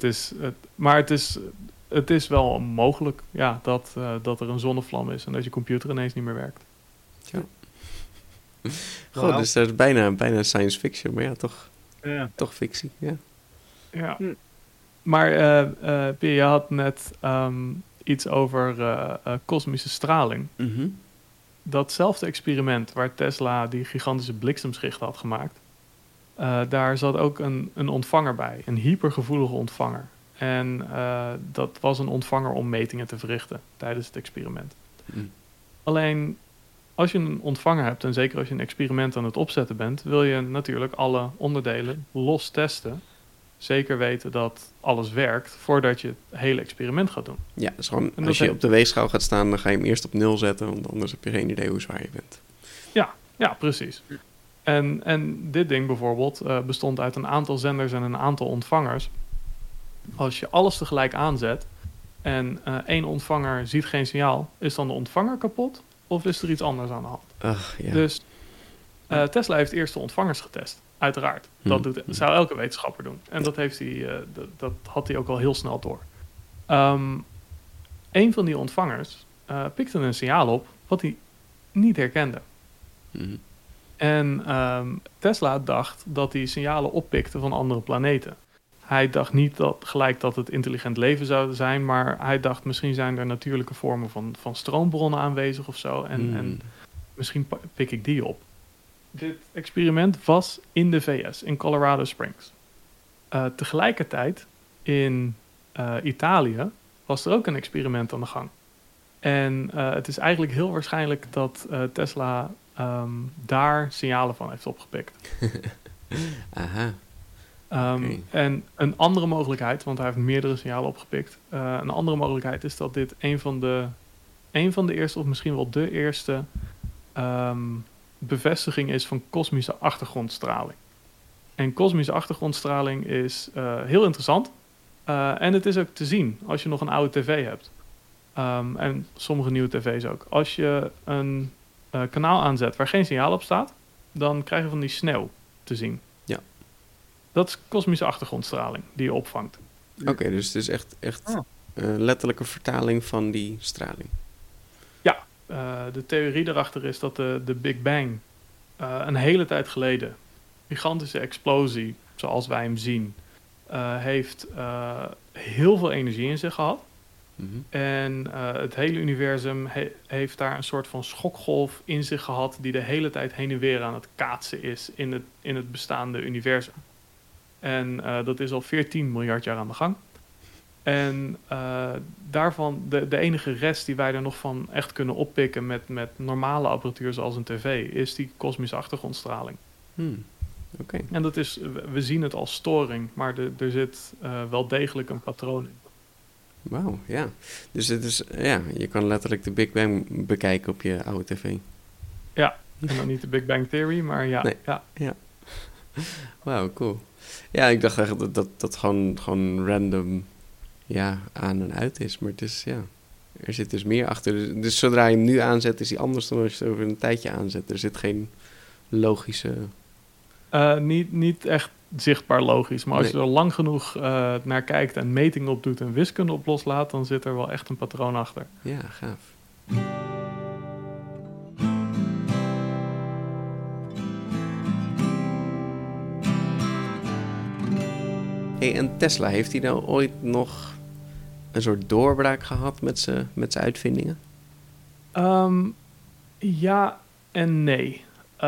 het is wel mogelijk dat er een zonnevlam is en dat je computer ineens niet meer werkt. Ja. Goed, dus dat is bijna science fiction, maar toch fictie. Ja. Maar Pierre, je had net iets over kosmische straling. Mm-hmm. Datzelfde experiment waar Tesla die gigantische bliksemschichten had gemaakt, daar zat ook een ontvanger bij, een hypergevoelige ontvanger. En dat was een ontvanger om metingen te verrichten tijdens het experiment. Alleen, als je een ontvanger hebt, en zeker als je een experiment aan het opzetten bent, wil je natuurlijk alle onderdelen los testen. Zeker weten dat alles werkt voordat je het hele experiment gaat doen. Ja, dus gewoon als je op de weegschaal gaat staan, dan ga je hem eerst op 0 zetten, want anders heb je geen idee hoe zwaar je bent. Ja, precies. En dit ding bijvoorbeeld bestond uit een aantal zenders en een aantal ontvangers. Als je alles tegelijk aanzet en één ontvanger ziet geen signaal, is dan de ontvanger kapot of is er iets anders aan de hand? Dus Tesla heeft eerst de ontvangers getest, uiteraard. Dat zou elke wetenschapper doen. En dat had hij ook al heel snel door. Een van die ontvangers pikte een signaal op wat hij niet herkende. En Tesla dacht dat hij signalen oppikte van andere planeten. Hij dacht niet gelijk dat het intelligent leven zou zijn, maar hij dacht misschien zijn er natuurlijke vormen van stroombronnen aanwezig of zo. En misschien pik ik die op. Dit experiment was in de VS, in Colorado Springs. Tegelijkertijd in Italië was er ook een experiment aan de gang. En het is eigenlijk heel waarschijnlijk dat Tesla daar signalen van heeft opgepikt. Aha. En een andere mogelijkheid, want hij heeft meerdere signalen opgepikt. Een andere mogelijkheid is dat dit een van de eerste, of misschien wel de eerste bevestiging is van kosmische achtergrondstraling. En kosmische achtergrondstraling is heel interessant. En het is ook te zien als je nog een oude tv hebt. En sommige nieuwe tv's ook. Als je een kanaal aanzet waar geen signaal op staat, dan krijg je van die sneeuw te zien. Ja. Dat is kosmische achtergrondstraling die je opvangt. Oké, dus het is echt letterlijke vertaling van die straling. Ja, de theorie daarachter is dat de Big Bang een hele tijd geleden, gigantische explosie, zoals wij hem zien, heeft heel veel energie in zich gehad. En het hele universum heeft daar een soort van schokgolf in zich gehad die de hele tijd heen en weer aan het kaatsen is in het bestaande universum. En dat is al 14 miljard jaar aan de gang. En daarvan, de enige rest die wij er nog van echt kunnen oppikken met normale apparatuur zoals een tv, is die kosmische achtergrondstraling. Okay. En dat is, we zien het als storing, maar er zit wel degelijk een patroon in. Wauw, ja. Dus het is, je kan letterlijk de Big Bang bekijken op je oude tv. Ja, en dan niet de Big Bang Theory, maar ja. Nee. Ja. Wauw, cool. Ja, ik dacht echt dat gewoon random aan en uit is. Maar het is, er zit dus meer achter. Dus zodra je hem nu aanzet, is hij anders dan als je het over een tijdje aanzet. Er zit geen logische... Niet echt zichtbaar logisch. Maar als je er lang genoeg naar kijkt en metingen op doet en wiskunde op loslaat, dan zit er wel echt een patroon achter. Ja, gaaf. Hey, en Tesla, heeft hij nou ooit nog een soort doorbraak gehad met zijn uitvindingen? Ja en nee.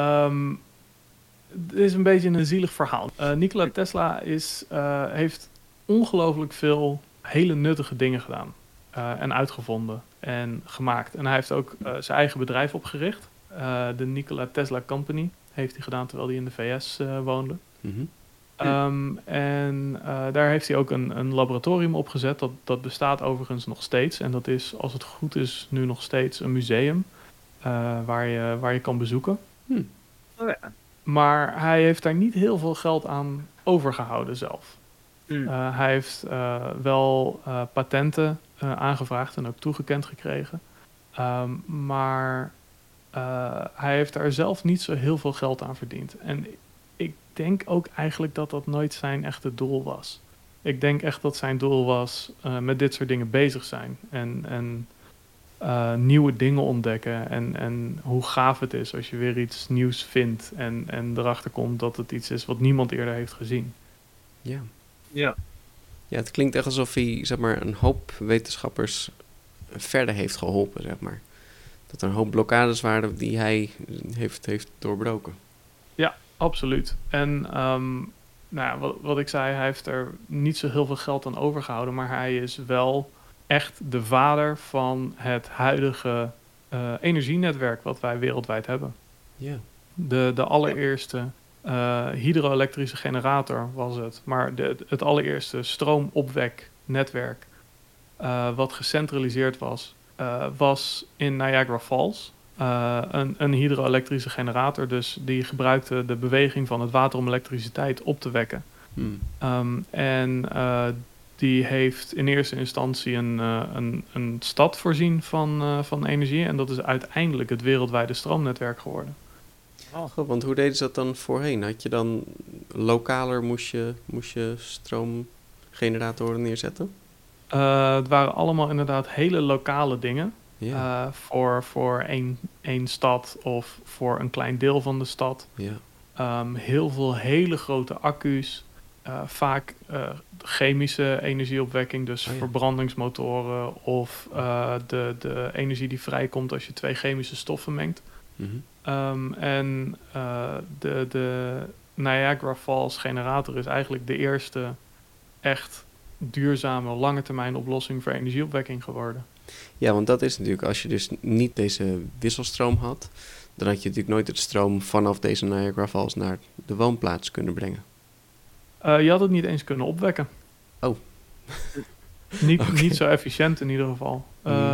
Het is een beetje een zielig verhaal. Nikola Tesla heeft ongelooflijk veel hele nuttige dingen gedaan. En uitgevonden en gemaakt. En hij heeft ook zijn eigen bedrijf opgericht. De Nikola Tesla Company heeft hij gedaan terwijl hij in de VS woonde. En daar heeft hij ook een laboratorium opgezet. Dat bestaat overigens nog steeds. En dat is, als het goed is, nu nog steeds een museum waar je kan bezoeken. Oh ja. Maar hij heeft daar niet heel veel geld aan overgehouden zelf. Hij heeft wel patenten aangevraagd en ook toegekend gekregen. Maar hij heeft daar zelf niet zo heel veel geld aan verdiend. En ik denk ook eigenlijk dat dat nooit zijn echte doel was. Ik denk echt dat zijn doel was met dit soort dingen bezig zijn. En nieuwe dingen ontdekken. En hoe gaaf het is als je weer iets nieuws vindt. En erachter komt dat het iets is wat niemand eerder heeft gezien. Ja. Ja. Ja, het klinkt echt alsof hij, zeg maar, een hoop wetenschappers verder heeft geholpen, zeg maar. Dat er een hoop blokkades waren die hij heeft doorbroken. Ja, absoluut. En nou ja, wat ik zei, hij heeft er niet zo heel veel geld aan overgehouden, maar hij is wel echt de vader van het huidige energienetwerk wat wij wereldwijd hebben. Ja. De allereerste hydro-elektrische generator was het, maar het allereerste stroomopweknetwerk wat gecentraliseerd was in Niagara Falls. Een hydro-elektrische generator, dus die gebruikte de beweging van het water om elektriciteit op te wekken. Die heeft in eerste instantie een stad voorzien van energie. En dat is uiteindelijk het wereldwijde stroomnetwerk geworden. Goed, want hoe deden ze dat dan voorheen? Had je dan lokaler moest je stroomgeneratoren neerzetten? Het waren allemaal inderdaad hele lokale dingen. Ja. Voor één stad of voor een klein deel van de stad. Ja. Heel veel hele grote accu's. Vaak chemische energieopwekking, dus verbrandingsmotoren of de energie die vrijkomt als je twee chemische stoffen mengt. De Niagara Falls generator is eigenlijk de eerste echt duurzame lange termijn oplossing voor energieopwekking geworden. Ja, want dat is natuurlijk, als je dus niet deze wisselstroom had, dan had je natuurlijk nooit het stroom vanaf deze Niagara Falls naar de woonplaats kunnen brengen. Je had het niet eens kunnen opwekken. Oh. Niet zo efficiënt in ieder geval.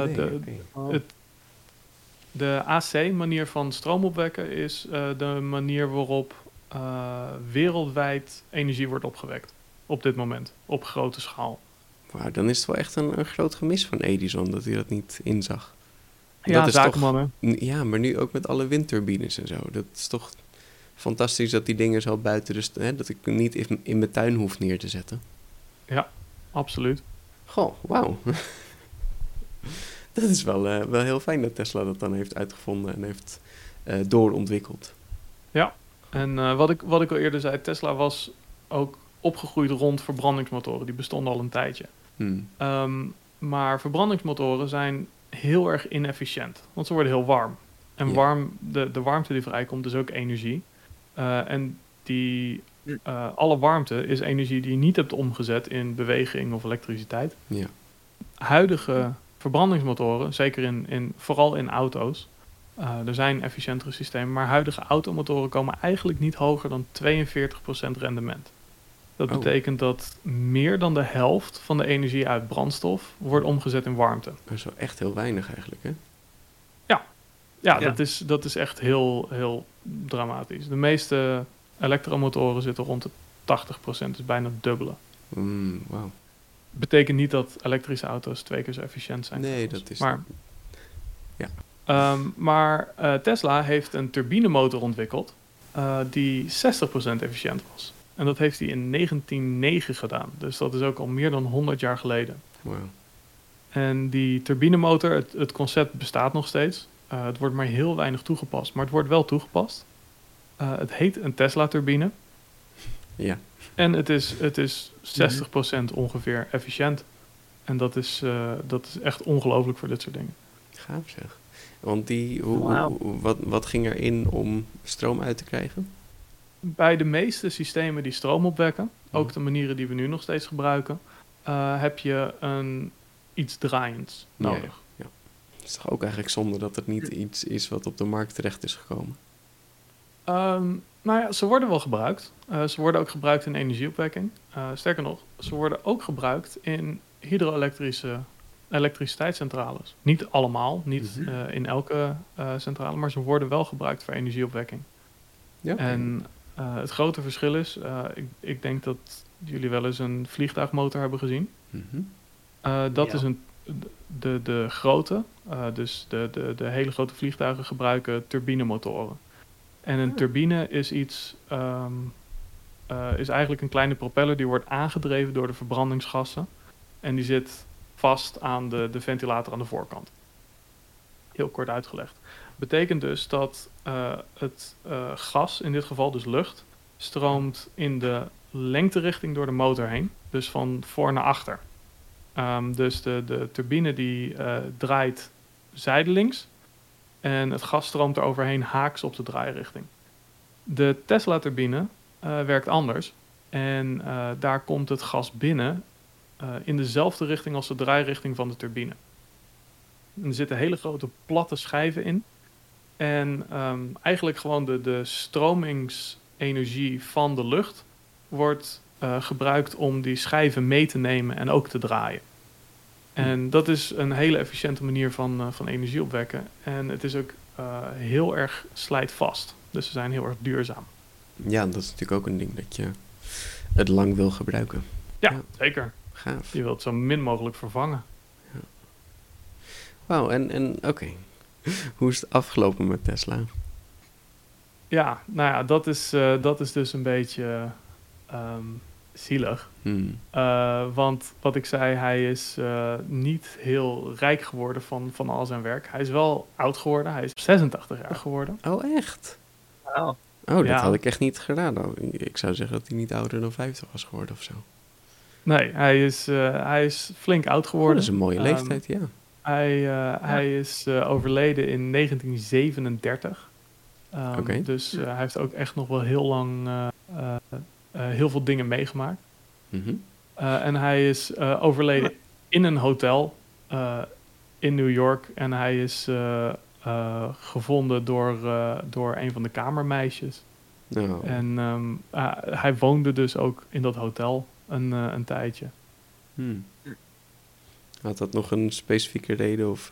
De AC-manier van stroom opwekken is de manier waarop wereldwijd energie wordt opgewekt. Op dit moment, op grote schaal. Wauw, dan is het wel echt een groot gemis van Edison dat hij dat niet inzag. Ja, dat is zakenmannen. Ja, maar nu ook met alle windturbines en zo. Dat is toch fantastisch dat die dingen zo buiten dat ik niet in mijn tuin hoef neer te zetten. Ja, absoluut. Goh, wauw. Dat is wel heel fijn dat Tesla dat dan heeft uitgevonden en heeft doorontwikkeld. Ja, en wat ik al eerder zei, Tesla was ook opgegroeid rond verbrandingsmotoren. Die bestonden al een tijdje. Maar verbrandingsmotoren zijn heel erg inefficiënt, want ze worden heel warm. En de warmte die vrijkomt is ook energie. Alle warmte is energie die je niet hebt omgezet in beweging of elektriciteit. Ja. Huidige verbrandingsmotoren, zeker vooral in auto's, er zijn efficiëntere systemen, maar huidige automotoren komen eigenlijk niet hoger dan 42% rendement. Dat betekent dat meer dan de helft van de energie uit brandstof wordt omgezet in warmte. Dat is wel echt heel weinig eigenlijk, hè? Ja. Dat is echt heel, heel dramatisch. De meeste elektromotoren zitten rond de 80%, dus bijna het dubbele. Wauw. Betekent niet dat elektrische auto's 2 keer zo efficiënt zijn. Nee, dat is... Maar, ja. Tesla heeft een turbinemotor ontwikkeld die 60% efficiënt was. En dat heeft hij in 1909 gedaan. Dus dat is ook al meer dan 100 jaar geleden. Wow. En die turbinemotor, het concept bestaat nog steeds. Het wordt maar heel weinig toegepast, maar het wordt wel toegepast. Het heet een Tesla-turbine. Ja. En het is 60% ongeveer efficiënt. En dat is echt ongelooflijk voor dit soort dingen. Gaaf zeg. Want wat ging erin om stroom uit te krijgen? Bij de meeste systemen die stroom opwekken, ook de manieren die we nu nog steeds gebruiken, heb je iets draaiends nodig. Ja. Het is toch ook eigenlijk zonde dat het niet iets is wat op de markt terecht is gekomen? Nou ja, ze worden wel gebruikt. Ze worden ook gebruikt in energieopwekking. Sterker nog, ze worden ook gebruikt in hydro-elektrische elektriciteitscentrales. Niet allemaal, niet in elke centrale, maar ze worden wel gebruikt voor energieopwekking. Ja, oké. En het grote verschil is, ik denk dat jullie wel eens een vliegtuigmotor hebben gezien. Mhm. Dat Ja. is de grote. Dus de hele grote vliegtuigen gebruiken turbinemotoren. En een turbine is is eigenlijk een kleine propeller die wordt aangedreven door de verbrandingsgassen. En die zit vast aan de ventilator aan de voorkant. Heel kort uitgelegd. Betekent dus dat het gas, in dit geval dus lucht, stroomt in de lengterichting door de motor heen. Dus van voor naar achter. Dus de turbine die draait zijdelings. En het gas stroomt er overheen haaks op de draairichting. De Tesla-turbine werkt anders. En daar komt het gas binnen in dezelfde richting als de draairichting van de turbine. En er zitten hele grote platte schijven in. En eigenlijk gewoon de stromingsenergie van de lucht wordt gebruikt om die schijven mee te nemen en ook te draaien. En dat is een hele efficiënte manier van energie opwekken. En het is ook heel erg slijtvast. Dus ze zijn heel erg duurzaam. Ja, dat is natuurlijk ook een ding dat je het lang wil gebruiken. Ja, zeker. Gaaf. Je wilt het zo min mogelijk vervangen. Wauw, en oké. Hoe is het afgelopen met Tesla? Ja, nou ja, dat is dus een beetje zielig. Want wat ik zei, hij is niet heel rijk geworden van al zijn werk. Hij is wel oud geworden. Hij is 86 jaar geworden. Oh, echt? Oh. Oh, dat Ja. had ik echt niet geraden. Ik zou zeggen dat hij niet ouder dan 50 was geworden of zo. Nee, hij is flink oud Oh, geworden. dat is een mooie leeftijd, ja. Hij is overleden in 1937. Oké. Dus hij heeft ook echt nog wel heel lang heel veel dingen meegemaakt. Mhm. En hij is overleden in een hotel in New York. En hij is gevonden door een van de kamermeisjes. Nou, En hij woonde dus ook in dat hotel een tijdje. Had dat nog een specifieke reden? Of,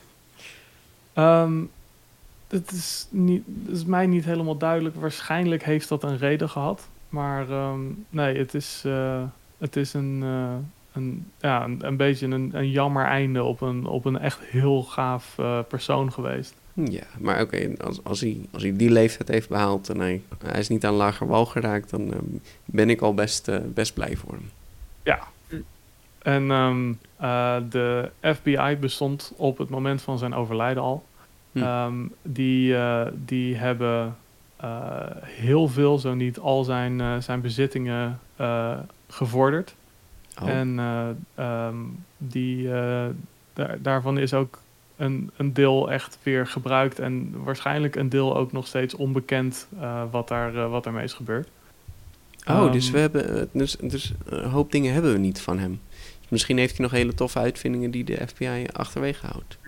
Het is mij niet helemaal duidelijk. Waarschijnlijk heeft dat een reden gehad. Maar nee, het is een beetje een jammer einde op een echt heel gaaf persoon geweest. Ja, maar oké, als hij die leeftijd heeft behaald en hij is niet aan lager wal geraakt, dan ben ik al best blij voor hem. Ja. En de FBI bestond op het moment van zijn overlijden al. Die hebben heel veel, zo niet al zijn bezittingen gevorderd. Oh. En daarvan is ook een deel echt weer gebruikt. En waarschijnlijk een deel ook nog steeds onbekend wat daarmee is gebeurd. Dus we hebben dus een hoop dingen hebben we niet van hem. Misschien heeft hij nog hele toffe uitvindingen die de FBI achterwege houdt.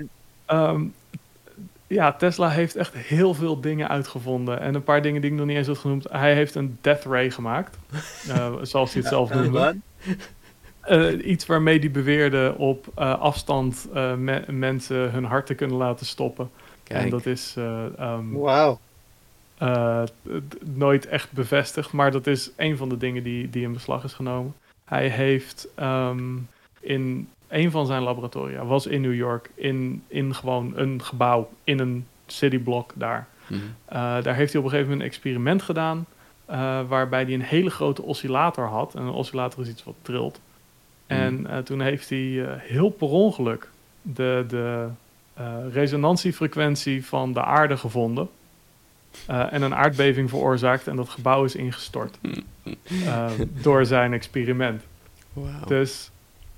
Ja, Tesla heeft echt heel veel dingen uitgevonden. En een paar dingen die ik nog niet eens had genoemd. Hij heeft een death ray gemaakt. Zoals hij het zelf noemde. Iets waarmee hij beweerde op afstand mensen hun hart te kunnen laten stoppen. Kijk. En dat is Wauw. nooit echt bevestigd. Maar dat is een van de dingen die in beslag is genomen. Hij heeft in een van zijn laboratoria, was in New York, in gewoon een gebouw, in een cityblock daar. Mm-hmm. Daar heeft hij op een gegeven moment een experiment gedaan, waarbij hij een hele grote oscillator had. En een oscillator is iets wat trilt. En toen heeft hij heel per ongeluk de resonantiefrequentie van de aarde gevonden. En een aardbeving veroorzaakt en dat gebouw is ingestort. Door zijn experiment. Wow. Dus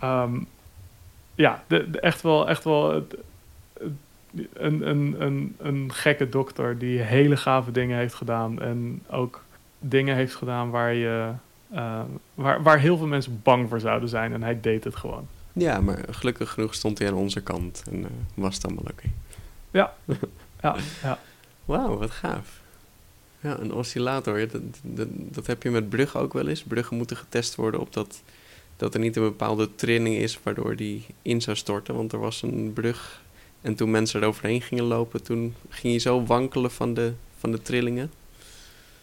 ja, echt wel een gekke dokter die hele gave dingen heeft gedaan. En ook dingen heeft gedaan waar heel veel mensen bang voor zouden zijn. En hij deed het gewoon. Ja, maar gelukkig genoeg stond hij aan onze kant en was het allemaal oké. Ja. Wauw, wat gaaf. Ja, een oscillator, dat heb je met bruggen ook wel eens. Bruggen moeten getest worden op dat er niet een bepaalde trilling is waardoor die in zou storten. Want er was een brug en toen mensen eroverheen gingen lopen, toen ging je zo wankelen van de trillingen.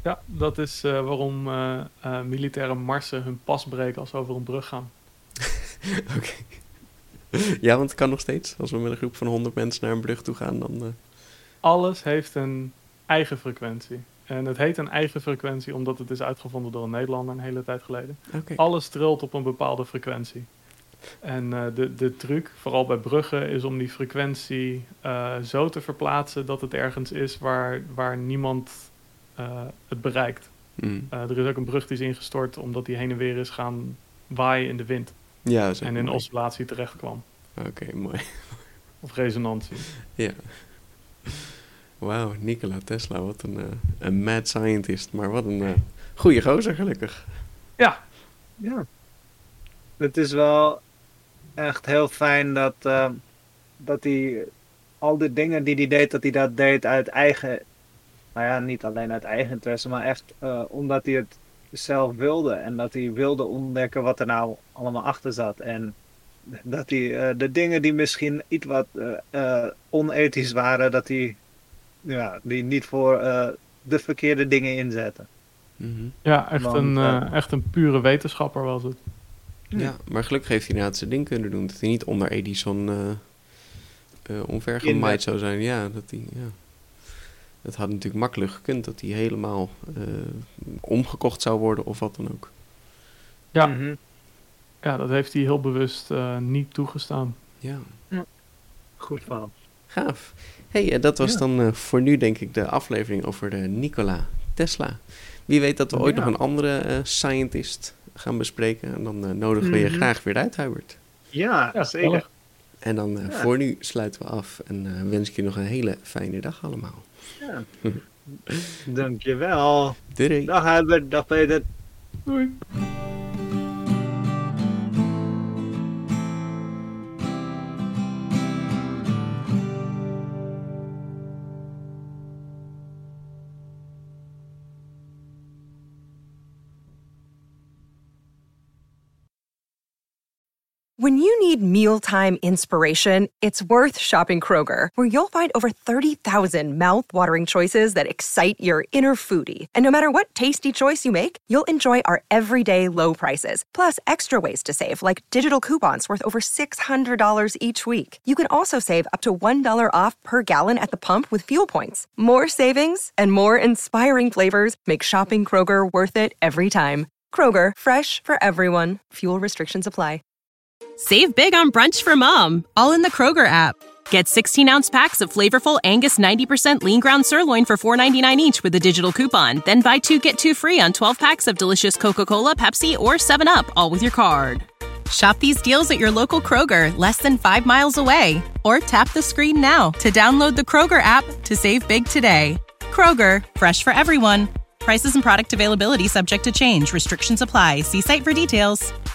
Ja, dat is waarom militaire marsen hun pas breken als ze over een brug gaan. Oké. Ja, want het kan nog steeds. Als we met een groep van 100 mensen naar een brug toe gaan, dan... Alles heeft een eigen frequentie. En het heet een eigen frequentie omdat het is uitgevonden door een Nederlander een hele tijd geleden. Okay. Alles trilt op een bepaalde frequentie. En de truc, vooral bij bruggen, is om die frequentie zo te verplaatsen dat het ergens is waar niemand het bereikt. Er is ook een brug die is ingestort omdat die heen en weer is gaan waaien in de wind. Ja, en in oscillatie terecht kwam. Oké, mooi. Of resonantie. Ja. Wauw, Nikola Tesla, wat een mad scientist. Maar wat een goede gozer, gelukkig. Ja. Het is wel echt heel fijn dat hij al die dingen die hij deed, dat hij dat deed uit eigen... Nou ja, niet alleen uit eigen interesse, maar echt omdat hij het zelf wilde. En dat hij wilde ontdekken wat er nou allemaal achter zat. En dat hij de dingen die misschien iets wat onethisch waren, dat hij die niet voor de verkeerde dingen inzette. Mm-hmm. Ja, echt een pure wetenschapper was het. Ja, maar gelukkig heeft hij inderdaad zijn ding kunnen doen. Dat hij niet onder Edison omvergemaaid zou zijn. Ja, het had natuurlijk makkelijk gekund dat hij helemaal omgekocht zou worden of wat dan ook. Ja, ja, dat heeft hij heel bewust niet toegestaan. Ja. Goed verhaal. Gaaf. Hey, dat was dan voor nu denk ik de aflevering over de Nikola Tesla. Wie weet dat we ooit nog een andere scientist gaan bespreken. En dan nodigen we je graag weer uit, Hubert. Ja, zeker. En dan voor nu sluiten we af. En wens ik je nog een hele fijne dag allemaal. Ja. Dankjewel. Doei. Dag Hubert, dag Peter. Doei. When you need mealtime inspiration, it's worth shopping Kroger, where you'll find over 30,000 mouth-watering choices that excite your inner foodie. And no matter what tasty choice you make, you'll enjoy our everyday low prices, plus extra ways to save, like digital coupons worth over $600 each week. You can also save up to $1 off per gallon at the pump with fuel points. More savings and more inspiring flavors make shopping Kroger worth it every time. Kroger, fresh for everyone. Fuel restrictions apply. Save big on brunch for mom, all in the Kroger app. Get 16-ounce packs of flavorful Angus 90% lean ground sirloin for $4.99 each with a digital coupon. Then buy 2, get 2 free on 12 packs of delicious Coca-Cola, Pepsi, or 7-Up, all with your card. Shop these deals at your local Kroger, less than 5 miles away. Or tap the screen now to download the Kroger app to save big today. Kroger, fresh for everyone. Prices and product availability subject to change. Restrictions apply. See site for details.